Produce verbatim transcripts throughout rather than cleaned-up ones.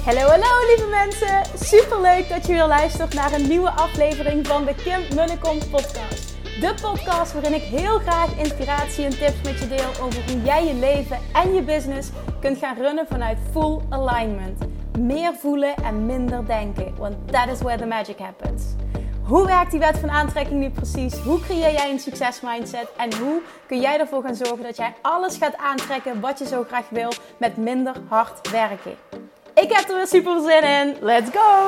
Hallo, hallo lieve mensen. Super leuk dat je weer luistert naar een nieuwe aflevering van de Kim Munnekom podcast. De podcast waarin ik heel graag inspiratie en tips met je deel over hoe jij je leven en je business kunt gaan runnen vanuit full alignment. Meer voelen en minder denken, want that is where the magic happens. Hoe werkt die wet van aantrekking nu precies? Hoe creëer jij een succesmindset? En hoe kun jij ervoor gaan zorgen dat jij alles gaat aantrekken wat je zo graag wil met minder hard werken? Ik heb er weer super zin in. Let's go!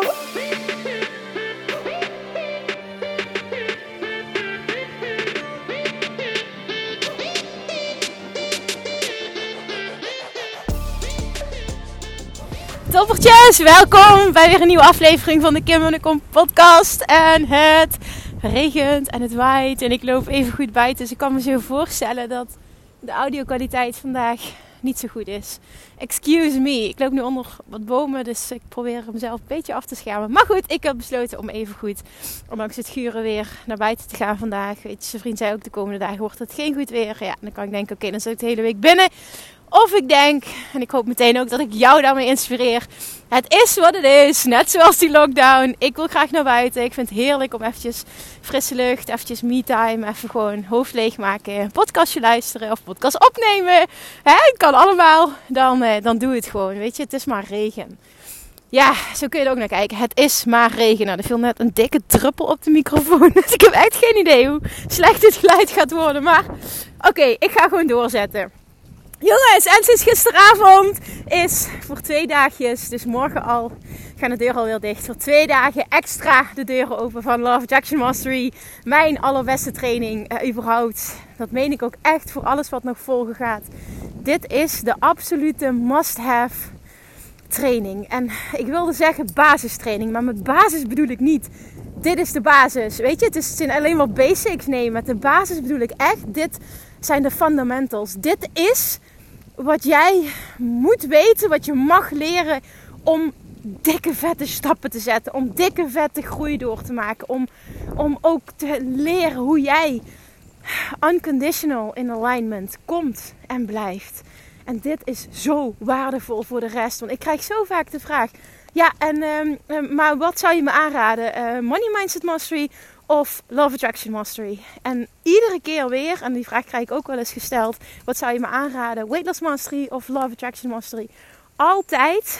Toppertjes, welkom bij weer een nieuwe aflevering van de Kim Munnekom podcast. En het regent en het waait en ik loop even goed buiten. Dus ik kan me zo voorstellen dat de audio-kwaliteit vandaag niet zo goed is. Excuse me, ik loop nu onder wat bomen, dus ik probeer mezelf een beetje af te schermen. Maar goed, ik heb besloten om even goed, ondanks het gure weer, naar buiten te gaan vandaag. Weet je, zijn vriend zei ook de komende dagen wordt het geen goed weer. Ja, dan kan ik denken, oké, okay, dan zit ik de hele week binnen. Of ik denk, en ik hoop meteen ook dat ik jou daarmee inspireer. Het is wat het is, net zoals die lockdown. Ik wil graag naar buiten. Ik vind het heerlijk om eventjes frisse lucht, eventjes me-time, even gewoon hoofd leegmaken. Een podcastje luisteren of podcast opnemen. Hè, het kan allemaal. Dan, eh, dan doe het gewoon, weet je. Het is maar regen. Ja, zo kun je er ook naar kijken. Het is maar regen. Nou, er viel net een dikke druppel op de microfoon. Dus ik heb echt geen idee hoe slecht dit geluid gaat worden. Maar oké, okay, ik ga gewoon doorzetten. Jongens, en sinds gisteravond is voor twee dagjes, dus morgen al, gaan de deuren alweer dicht. Voor twee dagen extra de deuren open van Love Attraction Mastery. Mijn allerbeste training uh, überhaupt. Dat meen ik ook echt voor alles wat nog volgen gaat. Dit is de absolute must-have training. En ik wilde zeggen basistraining, maar met basis bedoel ik niet. Dit is de basis. Weet je, het, is, het zijn alleen maar basics. Nee, met de basis bedoel ik echt, dit zijn de fundamentals. Dit is wat jij moet weten, wat je mag leren om dikke vette stappen te zetten. Om dikke vette groei door te maken. Om, om ook te leren hoe jij unconditional in alignment komt en blijft. En dit is zo waardevol voor de rest. Want ik krijg zo vaak de vraag. Ja, en, uh, maar wat zou je me aanraden? Uh, Money Mindset Mastery of Love Attraction Mastery? En iedere keer weer, en die vraag krijg ik ook wel eens gesteld. Wat zou je me aanraden? Weight Loss Mastery of Love Attraction Mastery? Altijd,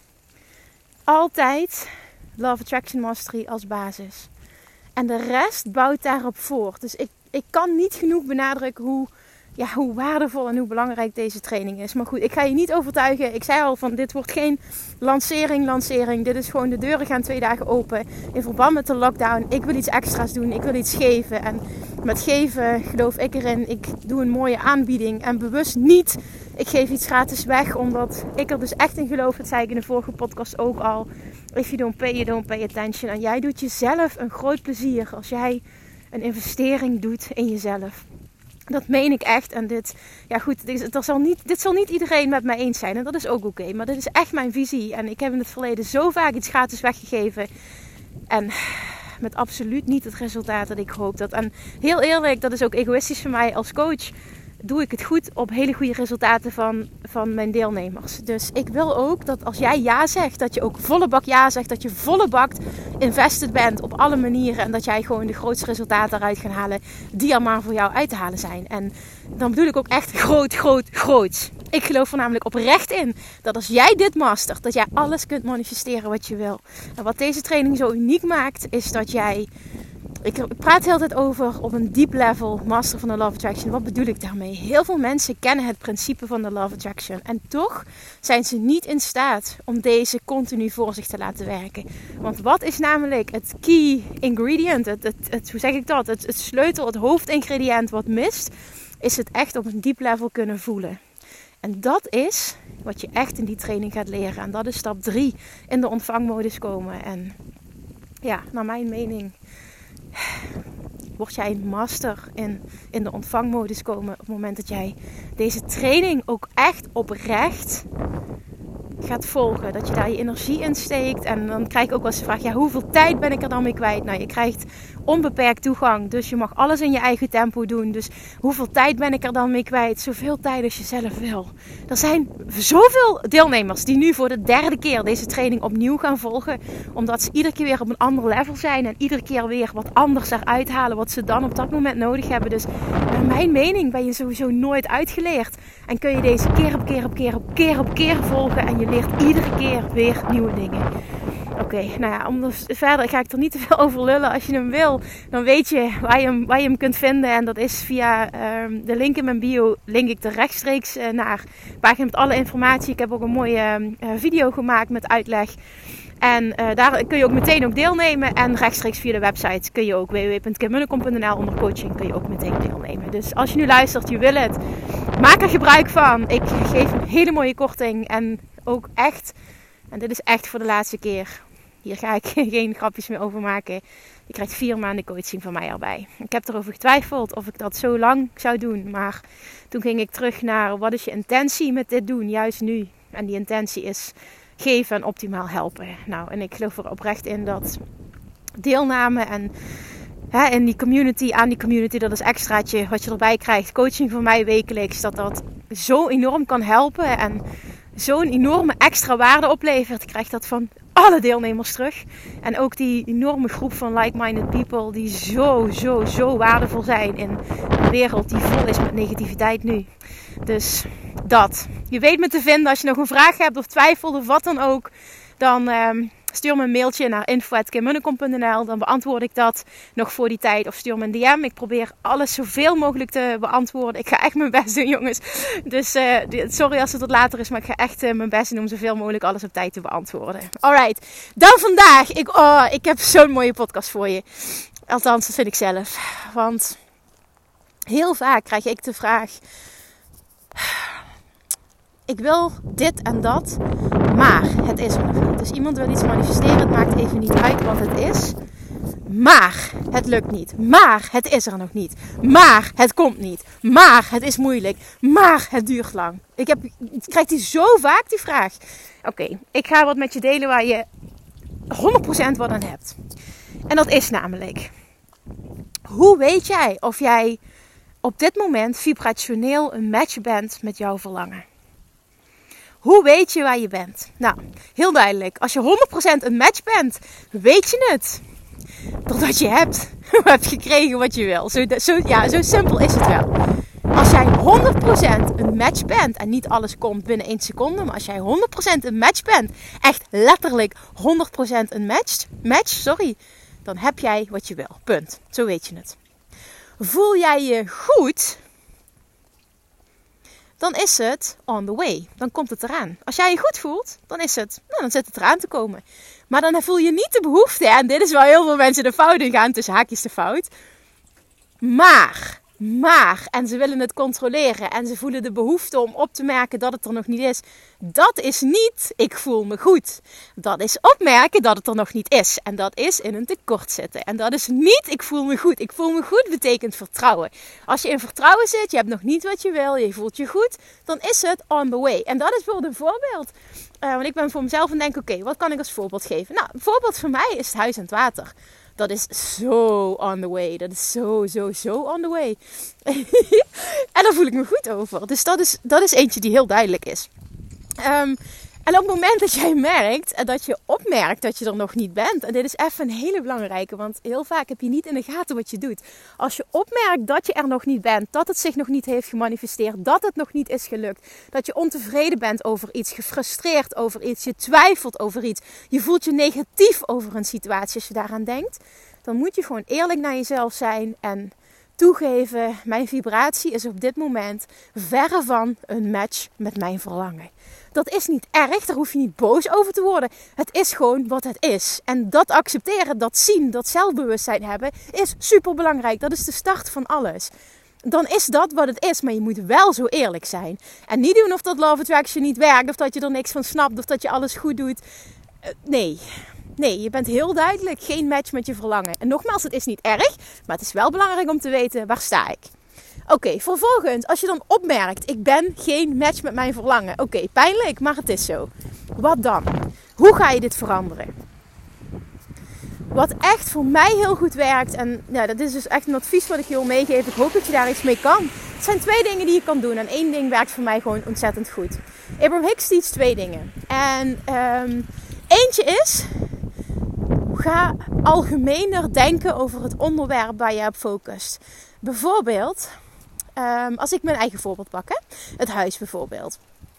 altijd Love Attraction Mastery als basis. En de rest bouwt daarop voort. Dus ik, ik kan niet genoeg benadrukken hoe... Ja, hoe waardevol en hoe belangrijk deze training is. Maar goed, ik ga je niet overtuigen. Ik zei al van, dit wordt geen lancering, lancering. Dit is gewoon, de deuren gaan twee dagen open. In verband met de lockdown. Ik wil iets extra's doen. Ik wil iets geven. En met geven geloof ik erin. Ik doe een mooie aanbieding. En bewust niet, ik geef iets gratis weg. Omdat ik er dus echt in geloof. Dat zei ik in de vorige podcast ook al. If you don't pay, you don't pay attention. En jij doet jezelf een groot plezier. Als jij een investering doet in jezelf. Dat meen ik echt. En dit, ja goed, dit, er zal niet, dit zal niet iedereen met mij eens zijn. En dat is ook oké. Okay. Maar dit is echt mijn visie. En ik heb in het verleden zo vaak iets gratis weggegeven. En met absoluut niet het resultaat dat ik hoop. Dat, en heel eerlijk, dat is ook egoïstisch van mij als coach. Doe ik het goed op hele goede resultaten van, van mijn deelnemers. Dus ik wil ook dat als jij ja zegt, dat je ook volle bak ja zegt. Dat je volle bak invested bent op alle manieren. En dat jij gewoon de grootste resultaten eruit gaat halen die er maar voor jou uit te halen zijn. En dan bedoel ik ook echt groot, groot, groot. Ik geloof er namelijk oprecht in dat als jij dit mastert, dat jij alles kunt manifesteren wat je wil. En wat deze training zo uniek maakt, is dat jij... Ik praat de hele tijd over op een deep level master van de Love Attraction. Wat bedoel ik daarmee? Heel veel mensen kennen het principe van de Love Attraction. En toch zijn ze niet in staat om deze continu voor zich te laten werken. Want wat is namelijk het key ingredient? Het, het, het, hoe zeg ik dat? Het, het sleutel, het hoofdingrediënt wat mist, is het echt op een deep level kunnen voelen. En dat is wat je echt in die training gaat leren. En dat is stap drie. In de ontvangmodus komen. En ja, naar mijn mening... word jij een master in, in de ontvangmodus komen op het moment dat jij deze training ook echt oprecht gaat volgen. Dat je daar je energie in steekt. En dan krijg ik ook wel eens de vraag, ja, hoeveel tijd ben ik er dan mee kwijt? Nou, je krijgt onbeperkt toegang. Dus je mag alles in je eigen tempo doen. Dus hoeveel tijd ben ik er dan mee kwijt? Zoveel tijd als je zelf wil. Er zijn zoveel deelnemers die nu voor de derde keer deze training opnieuw gaan volgen. Omdat ze iedere keer weer op een ander level zijn. En iedere keer weer wat anders eruit halen. Wat ze dan op dat moment nodig hebben. Dus naar mijn mening ben je sowieso nooit uitgeleerd. En kun je deze keer op keer op keer op keer op keer volgen. En je leert iedere keer weer nieuwe dingen. Oké, okay, nou ja, om verder ga ik er niet te veel over lullen. Als je hem wil, dan weet je waar je hem, waar je hem kunt vinden. En dat is via um, de link in mijn bio, link ik er rechtstreeks uh, naar. Pagina met alle informatie. Ik heb ook een mooie uh, video gemaakt met uitleg. En uh, daar kun je ook meteen ook deelnemen. En rechtstreeks via de website kun je ook w w w punt kim munnekom punt n l onder coaching kun je ook meteen deelnemen. Dus als je nu luistert, je wil het, maak er gebruik van. Ik geef een hele mooie korting. En ook echt, en dit is echt voor de laatste keer. Hier ga ik geen grapjes meer over maken. Je krijgt vier maanden coaching van mij erbij. Ik heb erover getwijfeld of ik dat zo lang zou doen. Maar toen ging ik terug naar wat is je intentie met dit doen, juist nu. En die intentie is geven en optimaal helpen. Nou, en ik geloof er oprecht in dat deelname en hè, in die community, aan die community, dat is extraatje wat je erbij krijgt. Coaching van mij wekelijks, dat dat zo enorm kan helpen en zo'n enorme extra waarde oplevert. Ik krijg dat van alle deelnemers terug. En ook die enorme groep van like-minded people die zo, zo, zo waardevol zijn in een wereld die vol is met negativiteit nu. Dus dat. Je weet me te vinden als je nog een vraag hebt of twijfelt of wat dan ook. Dan um, stuur me een mailtje naar info at kim munnekom punt n l. Dan beantwoord ik dat nog voor die tijd. Of stuur me een D M. Ik probeer alles zoveel mogelijk te beantwoorden. Ik ga echt mijn best doen, jongens. Dus uh, sorry als het wat later is. Maar ik ga echt uh, mijn best doen om zoveel mogelijk alles op tijd te beantwoorden. Alright. Dan vandaag. Ik, oh, ik heb zo'n mooie podcast voor je. Althans, dat vind ik zelf. Want heel vaak krijg ik de vraag: ik wil dit en dat, maar het is er nog niet. Dus iemand wil iets manifesteren, het maakt even niet uit wat het is. Maar het lukt niet. Maar het is er nog niet. Maar het komt niet. Maar het is moeilijk. Maar het duurt lang. Ik, heb, ik krijg die zo vaak die vraag. Oké, okay, ik ga wat met je delen waar je honderd procent wat aan hebt. En dat is namelijk: hoe weet jij of jij op dit moment vibrationeel een match bent met jouw verlangen? Hoe weet je waar je bent? Nou, heel duidelijk. Als je honderd procent een match bent, weet je het. Doordat je hebt, hebt gekregen wat je wil. Zo, zo, ja, zo simpel is het wel. Als jij honderd procent een match bent, en niet alles komt binnen één seconde, maar als jij honderd procent een match bent, echt letterlijk honderd procent een match, match, sorry, dan heb jij wat je wil. Punt. Zo weet je het. Voel jij je goed, dan is het on the way. Dan komt het eraan. Als jij je goed voelt, dan is het, nou, dan zit het eraan te komen. Maar dan voel je niet de behoefte, en dit is waar heel veel mensen de fout in gaan, tussen haakjes de fout. Maar, maar, en ze willen het controleren en ze voelen de behoefte om op te merken dat het er nog niet is. Dat is niet, ik voel me goed. Dat is opmerken dat het er nog niet is. En dat is in een tekort zitten. En dat is niet, ik voel me goed. Ik voel me goed betekent vertrouwen. Als je in vertrouwen zit, je hebt nog niet wat je wil, je voelt je goed, dan is het on the way. En dat is bijvoorbeeld een voorbeeld. Uh, want ik ben voor mezelf en denk, oké, okay, wat kan ik als voorbeeld geven? Nou, een voorbeeld voor mij is het huis en het water. Dat is zo on the way. Dat is zo, zo, zo on the way. En daar voel ik me goed over. Dus dat is, dat is eentje die heel duidelijk is. Um, en op het moment dat jij merkt en dat je opmerkt dat je er nog niet bent. En dit is even een hele belangrijke. Want heel vaak heb je niet in de gaten wat je doet. Als je opmerkt dat je er nog niet bent. Dat het zich nog niet heeft gemanifesteerd. Dat het nog niet is gelukt. Dat je ontevreden bent over iets. Gefrustreerd over iets. Je twijfelt over iets. Je voelt je negatief over een situatie als je daaraan denkt. Dan moet je gewoon eerlijk naar jezelf zijn. En toegeven, mijn vibratie is op dit moment verre van een match met mijn verlangen. Dat is niet erg, daar hoef je niet boos over te worden. Het is gewoon wat het is. En dat accepteren, dat zien, dat zelfbewustzijn hebben, is super belangrijk. Dat is de start van alles. Dan is dat wat het is, maar je moet wel zo eerlijk zijn. En niet doen of dat Law of Attraction niet werkt, of dat je er niks van snapt, of dat je alles goed doet. Uh, nee. Nee, je bent heel duidelijk geen match met je verlangen. En nogmaals, het is niet erg, maar het is wel belangrijk om te weten, waar sta ik? Oké, okay, vervolgens, als je dan opmerkt, ik ben geen match met mijn verlangen. Oké, okay, pijnlijk, maar het is zo. Wat dan? Hoe ga je dit veranderen? Wat echt voor mij heel goed werkt, en ja, dat is dus echt een advies wat ik je wil meegeven. Ik hoop dat je daar iets mee kan. Het zijn twee dingen die je kan doen. En één ding werkt voor mij gewoon ontzettend goed. Abraham Hicks teach twee dingen. En um, eentje is, ga algemener denken over het onderwerp waar je op focust. Bijvoorbeeld, um, als ik mijn eigen voorbeeld pak, hè? Het huis bijvoorbeeld.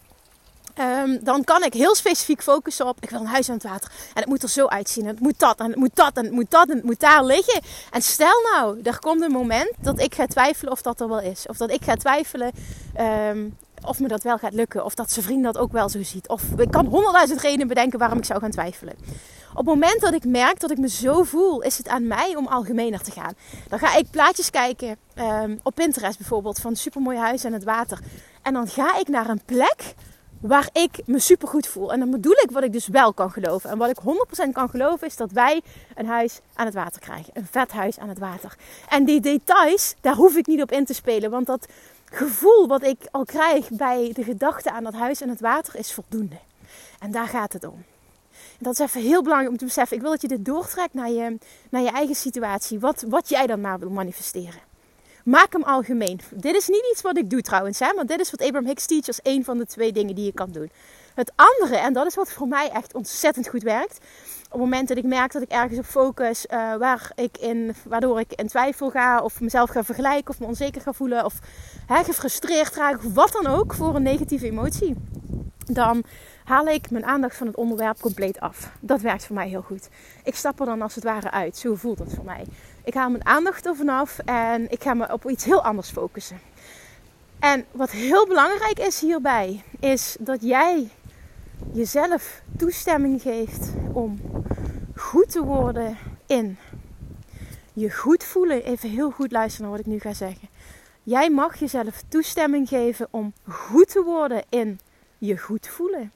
Um, dan kan ik heel specifiek focussen op, ik wil een huis aan het water. En het moet er zo uitzien. En het moet dat, en het moet dat, en het moet dat, en het moet daar liggen. En stel nou, er komt een moment dat ik ga twijfelen of dat er wel is. Of dat ik ga twijfelen um, of me dat wel gaat lukken. Of dat zijn vriend dat ook wel zo ziet. Of ik kan honderdduizend redenen bedenken waarom ik zou gaan twijfelen. Op het moment dat ik merk dat ik me zo voel, is het aan mij om algemener te gaan. Dan ga ik plaatjes kijken, um, op Pinterest bijvoorbeeld, van supermooi huis aan het water. En dan ga ik naar een plek waar ik me supergoed voel. En dan bedoel ik wat ik dus wel kan geloven. En wat ik honderd procent kan geloven is dat wij een huis aan het water krijgen. Een vet huis aan het water. En die details, daar hoef ik niet op in te spelen. Want dat gevoel wat ik al krijg bij de gedachte aan dat huis aan het water is voldoende. En daar gaat het om. En dat is even heel belangrijk om te beseffen. Ik wil dat je dit doortrekt naar je, naar je eigen situatie. Wat, wat jij dan maar wil manifesteren. Maak hem algemeen. Dit is niet iets wat ik doe trouwens, hè, maar dit is wat Abraham Hicks teach als een van de twee dingen die je kan doen. Het andere, en dat is wat voor mij echt ontzettend goed werkt. Op het moment dat ik merk dat ik ergens op focus, uh, waar ik in, waardoor ik in twijfel ga, of mezelf ga vergelijken, of me onzeker ga voelen, of hè, gefrustreerd raak, of wat dan ook voor een negatieve emotie. Dan haal ik mijn aandacht van het onderwerp compleet af. Dat werkt voor mij heel goed. Ik stap er dan als het ware uit. Zo voelt het voor mij. Ik haal mijn aandacht er vanaf en ik ga me op iets heel anders focussen. En wat heel belangrijk is hierbij, is dat jij jezelf toestemming geeft om goed te worden in je goed voelen. Even heel goed luisteren naar wat ik nu ga zeggen. Jij mag jezelf toestemming geven om goed te worden in je goed voelen.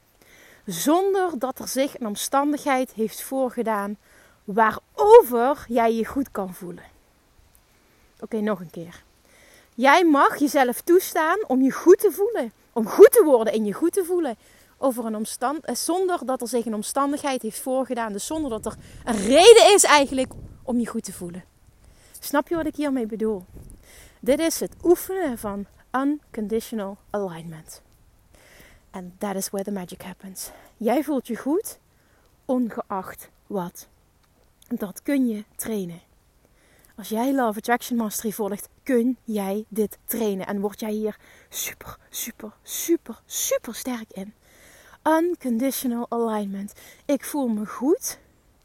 Zonder dat er zich een omstandigheid heeft voorgedaan waarover jij je goed kan voelen. Oké, okay, nog een keer. Jij mag jezelf toestaan om je goed te voelen. Om goed te worden in je goed te voelen. Over een omstand, zonder dat er zich een omstandigheid heeft voorgedaan. Dus zonder dat er een reden is eigenlijk om je goed te voelen. Snap je wat ik hiermee bedoel? Dit is het oefenen van unconditional alignment. And that is where the magic happens. Jij voelt je goed, ongeacht wat. Dat kun je trainen. Als jij Love Attraction Mastery volgt, kun jij dit trainen. En word jij hier super, super, super, super sterk in. Unconditional alignment. Ik voel me goed,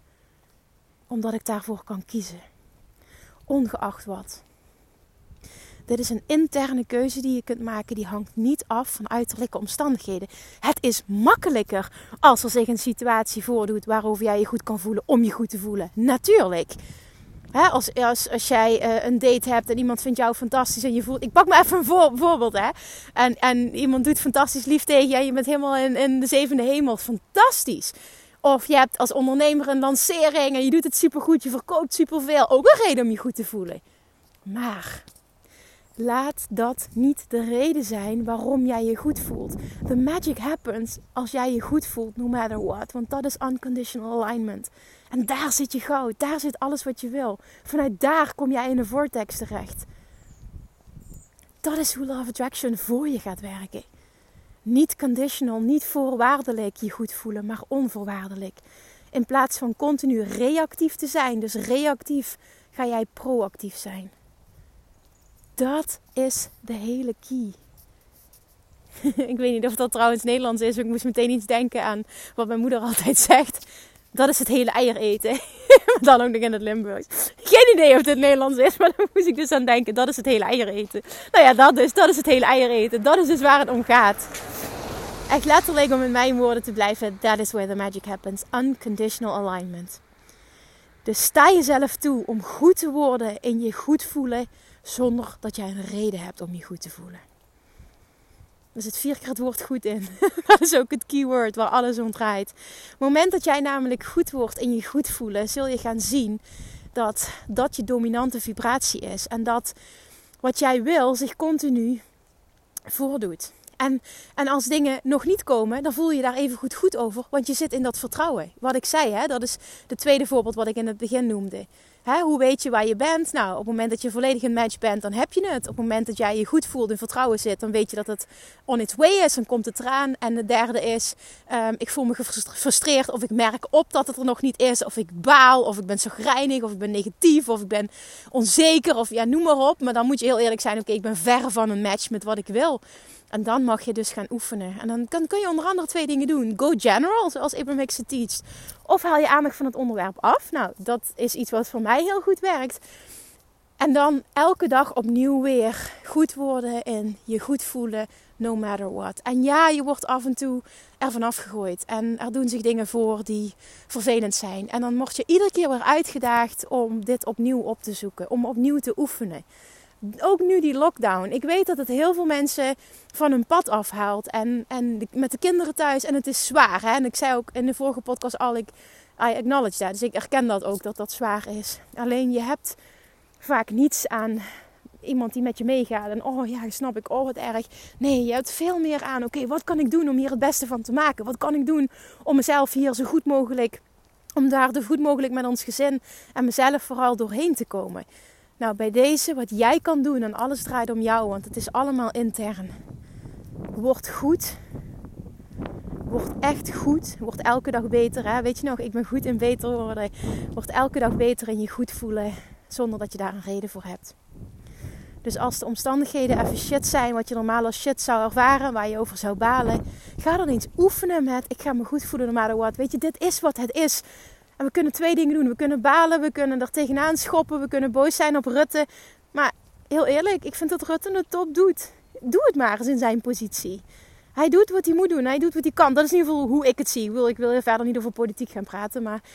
omdat ik daarvoor kan kiezen. Ongeacht wat. Dit is een interne keuze die je kunt maken. Die hangt niet af van uiterlijke omstandigheden. Het is makkelijker als er zich een situatie voordoet waarover jij je goed kan voelen om je goed te voelen. Natuurlijk. Hè, als, als, als jij uh, een date hebt en iemand vindt jou fantastisch en je voelt... Ik pak maar even een voor, voorbeeld. Hè. En, en iemand doet fantastisch lief tegen je en je bent helemaal in, in de zevende hemel. Fantastisch. Of je hebt als ondernemer een lancering en je doet het supergoed. Je verkoopt superveel. Ook een reden om je goed te voelen. Maar... laat dat niet de reden zijn waarom jij je goed voelt. The magic happens als jij je goed voelt, no matter what. Want dat is unconditional alignment. En daar zit je goud. Daar zit alles wat je wil. Vanuit daar kom jij in een vortex terecht. Dat is hoe Love Attraction voor je gaat werken. Niet conditional, niet voorwaardelijk je goed voelen, maar onvoorwaardelijk. In plaats van continu reactief te zijn. Dus reactief ga jij proactief zijn. Dat is de hele key. Ik weet niet of dat trouwens Nederlands is. Ik moest meteen iets denken aan wat mijn moeder altijd zegt. Dat is het hele eier eten. Dan ook nog in het Limburgs. Geen idee of dit Nederlands is. Maar dan moest ik dus aan denken. Dat is het hele eier eten. Nou ja, dat dus. Dat is het hele eier eten. Dat is dus waar het om gaat. Echt letterlijk om in mijn woorden te blijven. That is where the magic happens. Unconditional alignment. Dus sta jezelf toe om goed te worden in je goed voelen. Zonder dat jij een reden hebt om je goed te voelen. Er zit vier keer het woord goed in. Dat is ook het keyword waar alles om draait. Op het moment dat jij namelijk goed wordt in je goed voelen, zul je gaan zien dat dat je dominante vibratie is. En dat wat jij wil zich continu voordoet. En, en als dingen nog niet komen, dan voel je je daar even goed goed over. Want je zit in dat vertrouwen. Wat ik zei, hè, dat is het tweede voorbeeld wat ik in het begin noemde. Hè, hoe weet je waar je bent? Nou, op het moment dat je volledig in match bent, dan heb je het. Op het moment dat jij je goed voelt, in vertrouwen zit, dan weet je dat het on its way is. Dan komt het eraan. En de derde is, um, ik voel me gefrustreerd of ik merk op dat het er nog niet is. Of ik baal, of ik ben chagrijnig, of ik ben negatief, of ik ben onzeker. Of ja, noem maar op. Maar dan moet je heel eerlijk zijn, oké, okay, ik ben ver van een match met wat ik wil. En dan mag je dus gaan oefenen. En dan kan, kun je onder andere twee dingen doen. Go general, zoals Abraham Hicks het teacht. Of haal je aandacht van het onderwerp af. Nou, dat is iets wat voor mij heel goed werkt. En dan elke dag opnieuw weer goed worden in je goed voelen, no matter what. En ja, je wordt af en toe ervan afgegooid. En er doen zich dingen voor die vervelend zijn. En dan word je iedere keer weer uitgedaagd om dit opnieuw op te zoeken. Om opnieuw te oefenen. Ook nu die lockdown. Ik weet dat het heel veel mensen van hun pad afhaalt. En, en met de kinderen thuis. En het is zwaar. Hè? En ik zei ook in de vorige podcast al, ik I acknowledge that. Dus ik erken dat ook, dat dat zwaar is. Alleen je hebt vaak niets aan iemand die met je meegaat. En oh ja, snap ik. Oh, wat erg. Nee, je hebt veel meer aan. Oké, okay, wat kan ik doen om hier het beste van te maken? Wat kan ik doen om mezelf hier zo goed mogelijk, om daar zo goed mogelijk met ons gezin en mezelf vooral doorheen te komen? Nou, bij deze, wat jij kan doen, en alles draait om jou, want het is allemaal intern. Word goed. Word echt goed. Word elke dag beter. Hè? Weet je nog, ik ben goed in beter worden. Word elke dag beter in je goed voelen, zonder dat je daar een reden voor hebt. Dus als de omstandigheden even shit zijn, wat je normaal als shit zou ervaren, waar je over zou balen, ga dan eens oefenen met, ik ga me goed voelen no matter what. Weet je, dit is wat het is. En we kunnen twee dingen doen. We kunnen balen, we kunnen er tegenaan schoppen, we kunnen boos zijn op Rutte. Maar heel eerlijk, ik vind dat Rutte het top doet. Doe het maar eens in zijn positie. Hij doet wat hij moet doen, hij doet wat hij kan. Dat is in ieder geval hoe ik het zie. Ik wil, ik wil verder niet over politiek gaan praten, maar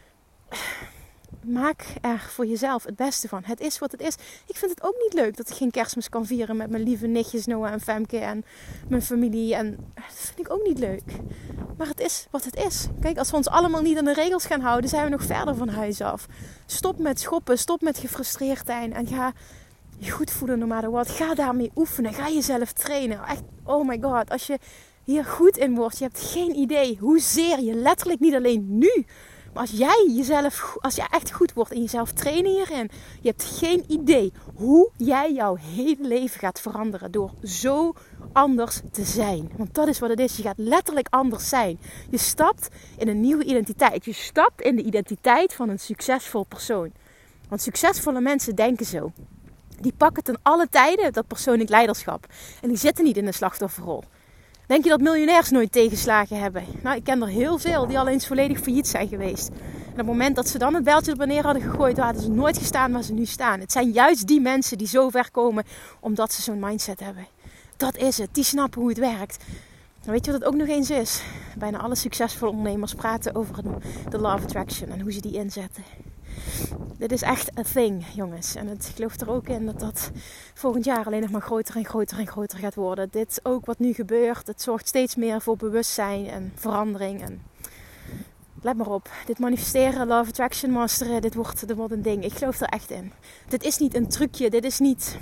maak er voor jezelf het beste van. Het is wat het is. Ik vind het ook niet leuk dat ik geen Kerstmis kan vieren met mijn lieve nichtjes Noah en Femke en mijn familie. En dat vind ik ook niet leuk. Maar het is wat het is. Kijk, als we ons allemaal niet aan de regels gaan houden, zijn we nog verder van huis af. Stop met schoppen, stop met gefrustreerd zijn en ga je goed voelen no matter what. Ga daarmee oefenen, ga jezelf trainen. Echt, oh my god, als je hier goed in wordt, je hebt geen idee hoezeer je letterlijk niet alleen nu, maar als jij jezelf, als jij echt goed wordt en jezelf trainen hierin, je hebt geen idee hoe jij jouw hele leven gaat veranderen door zo anders te zijn. Want dat is wat het is. Je gaat letterlijk anders zijn. Je stapt in een nieuwe identiteit. Je stapt in de identiteit van een succesvol persoon. Want succesvolle mensen denken zo. Die pakken ten alle tijden dat persoonlijk leiderschap. En die zitten niet in de slachtofferrol. Denk je dat miljonairs nooit tegenslagen hebben? Nou, ik ken er heel veel die al eens volledig failliet zijn geweest. En op het moment dat ze dan het bijltje er neer hadden gegooid, hadden ze nooit gestaan waar ze nu staan. Het zijn juist die mensen die zo ver komen omdat ze zo'n mindset hebben. Dat is het. Die snappen hoe het werkt. En weet je wat het ook nog eens is? Bijna alle succesvolle ondernemers praten over de law of attraction en hoe ze die inzetten. Dit is echt een thing, jongens. En het, ik geloof er ook in dat dat volgend jaar alleen nog maar groter en groter en groter gaat worden. Dit ook wat nu gebeurt. Het zorgt steeds meer voor bewustzijn en verandering. En let maar op. Dit manifesteren, law of attraction masteren, dit wordt, dit wordt een ding. Ik geloof er echt in. Dit is niet een trucje. Dit is niet...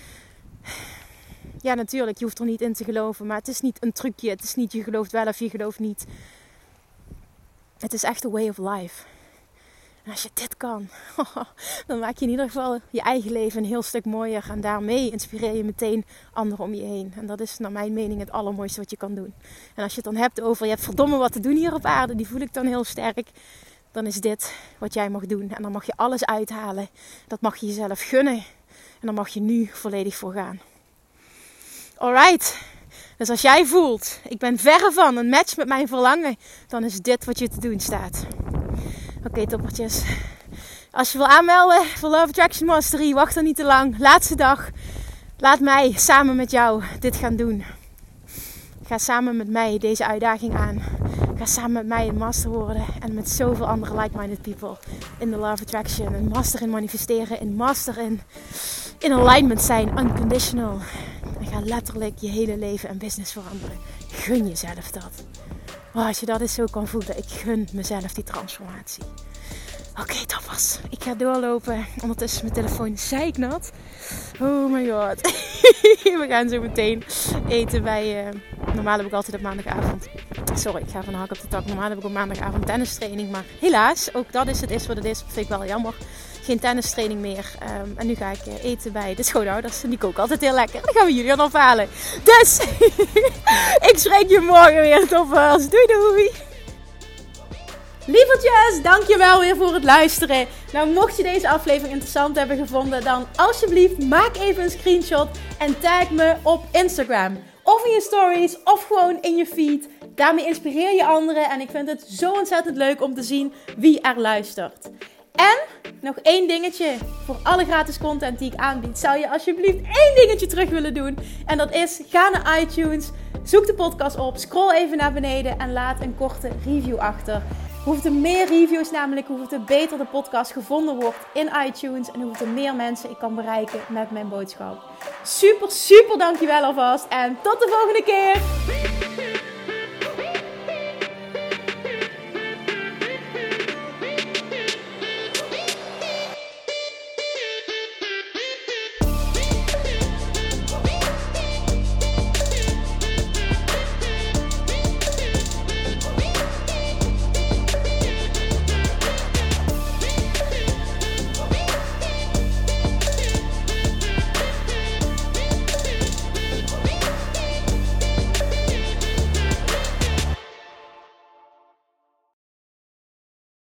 Ja, natuurlijk, je hoeft er niet in te geloven. Maar het is niet een trucje. Het is niet je gelooft wel of je gelooft niet. Het is echt a way of life. En als je dit kan, dan maak je in ieder geval je eigen leven een heel stuk mooier. En daarmee inspireer je meteen anderen om je heen. En dat is naar mijn mening het allermooiste wat je kan doen. En als je het dan hebt over, je hebt verdomme wat te doen hier op aarde. Die voel ik dan heel sterk. Dan is dit wat jij mag doen. En dan mag je alles uithalen. Dat mag je jezelf gunnen. En dan mag je nu volledig voor gaan. Alright. Dus als jij voelt, ik ben verre van een match met mijn verlangen. Dan is dit wat je te doen staat. Oké, okay, toppertjes. Als je wil aanmelden voor Law of Attraction Mastery, wacht dan niet te lang. Laatste dag. Laat mij samen met jou dit gaan doen. Ga samen met mij deze uitdaging aan. Ga samen met mij een master worden. En met zoveel andere like-minded people in de Law of Attraction. Een master in manifesteren. Een master in, in alignment zijn. Unconditional. En ga letterlijk je hele leven en business veranderen. Gun jezelf dat. Oh, als je dat eens zo kan voelen. Ik gun mezelf die transformatie. Oké, okay, toppers. Ik ga doorlopen. Ondertussen mijn telefoon zeiknat. Oh my god. We gaan zo meteen eten bij... Uh, normaal heb ik altijd op maandagavond... Sorry, ik ga van de hak op de tak. Normaal heb ik op maandagavond tennistraining. Maar helaas, ook dat is het is wat het is. Dat vind ik wel jammer. Geen tennistraining meer. Um, en nu ga ik uh, eten bij de schoonouders. En die koken altijd heel lekker. Dan gaan we Julian ophalen. Dus, ik spreek je morgen weer. Toppers. Doei doei. Lievertjes, dankjewel weer voor het luisteren. Nou, mocht je deze aflevering interessant hebben gevonden, dan alsjeblieft maak even een screenshot en tag me op Instagram. Of in je stories, of gewoon in je feed. Daarmee inspireer je anderen en ik vind het zo ontzettend leuk om te zien wie er luistert. En nog één dingetje. Voor alle gratis content die ik aanbied, zou je alsjeblieft één dingetje terug willen doen. En dat is, ga naar iTunes, zoek de podcast op, scroll even naar beneden en laat een korte review achter. Hoeveel meer reviews namelijk, hoeveel beter de podcast gevonden wordt in iTunes. En hoeveel meer mensen ik kan bereiken met mijn boodschap. Super, super dankjewel alvast. En tot de volgende keer.